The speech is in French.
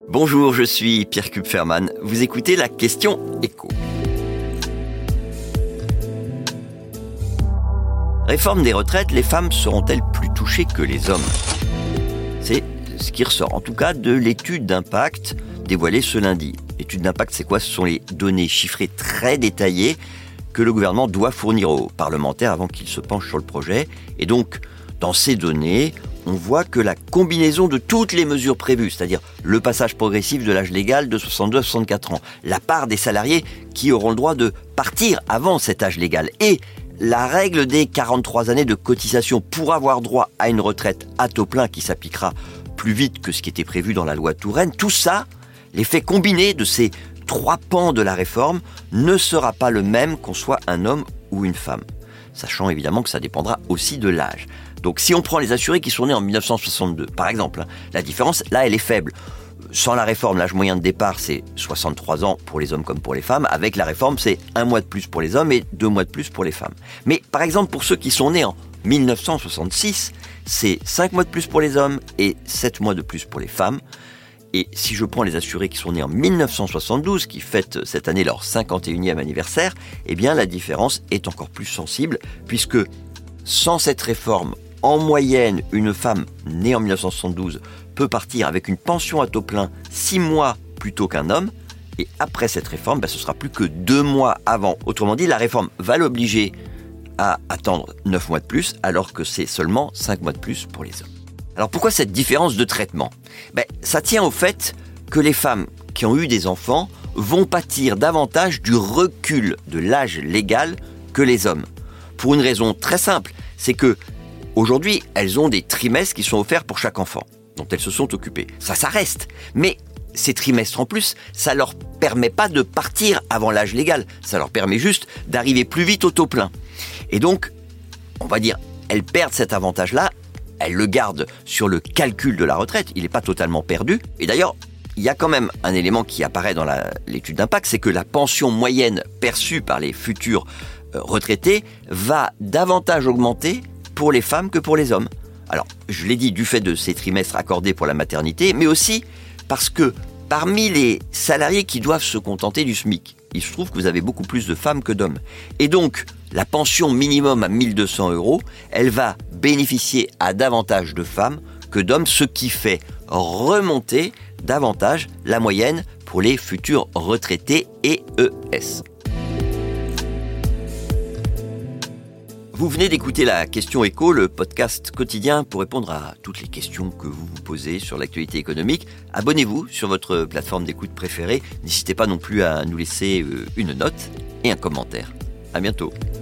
Bonjour, je suis Pierre Kupferman. Vous écoutez la question écho. Réforme des retraites, les femmes seront-elles plus touchées que les hommes ? C'est ce qui ressort, en tout cas, de l'étude d'impact dévoilée ce lundi. L'étude d'impact, c'est quoi ? Ce sont les données chiffrées très détaillées que le gouvernement doit fournir aux parlementaires avant qu'ils se penchent sur le projet. Et donc, dans ces données, on voit que la combinaison de toutes les mesures prévues, c'est-à-dire le passage progressif de l'âge légal de 62 à 64 ans, la part des salariés qui auront le droit de partir avant cet âge légal et la règle des 43 années de cotisation pour avoir droit à une retraite à taux plein qui s'appliquera plus vite que ce qui était prévu dans la loi Touraine, tout ça, l'effet combiné de ces trois pans de la réforme ne sera pas le même qu'on soit un homme ou une femme. Sachant évidemment que ça dépendra aussi de l'âge. Donc si on prend les assurés qui sont nés en 1962, par exemple, la différence, là, elle est faible. Sans la réforme, l'âge moyen de départ, c'est 63 ans pour les hommes comme pour les femmes. Avec la réforme, c'est 1 mois de plus pour les hommes et 2 mois de plus pour les femmes. Mais par exemple, pour ceux qui sont nés en 1966, c'est 5 mois de plus pour les hommes et 7 mois de plus pour les femmes. Et si je prends les assurés qui sont nés en 1972, qui fêtent cette année leur 51e anniversaire, eh bien la différence est encore plus sensible, puisque sans cette réforme, en moyenne, une femme née en 1972 peut partir avec une pension à taux plein 6 mois plus tôt qu'un homme. Et après cette réforme, ce sera plus que 2 mois avant. Autrement dit, la réforme va l'obliger à attendre 9 mois de plus, alors que c'est seulement 5 mois de plus pour les hommes. Alors pourquoi cette différence de traitement ? Ça tient au fait que les femmes qui ont eu des enfants vont pâtir davantage du recul de l'âge légal que les hommes. Pour une raison très simple, c'est que aujourd'hui, elles ont des trimestres qui sont offerts pour chaque enfant, dont elles se sont occupées. Ça reste. Mais ces trimestres en plus, ça leur permet pas de partir avant l'âge légal. Ça leur permet juste d'arriver plus vite au taux plein. Et donc, on va dire, elles perdent cet avantage-là. Elles le gardent sur le calcul de la retraite. Il n'est pas totalement perdu. Et d'ailleurs, il y a quand même un élément qui apparaît dans l'étude d'impact, c'est que la pension moyenne perçue par les futurs retraités va davantage augmenter pour les femmes que pour les hommes. Alors, je l'ai dit, du fait de ces trimestres accordés pour la maternité, mais aussi parce que parmi les salariés qui doivent se contenter du SMIC, il se trouve que vous avez beaucoup plus de femmes que d'hommes. Et donc, la pension minimum à 1 200 €, elle va bénéficier à davantage de femmes que d'hommes, ce qui fait remonter davantage la moyenne pour les futurs retraités EES. Vous venez d'écouter la question écho, le podcast quotidien pour répondre à toutes les questions que vous vous posez sur l'actualité économique. Abonnez-vous sur votre plateforme d'écoute préférée. N'hésitez pas non plus à nous laisser une note et un commentaire. À bientôt.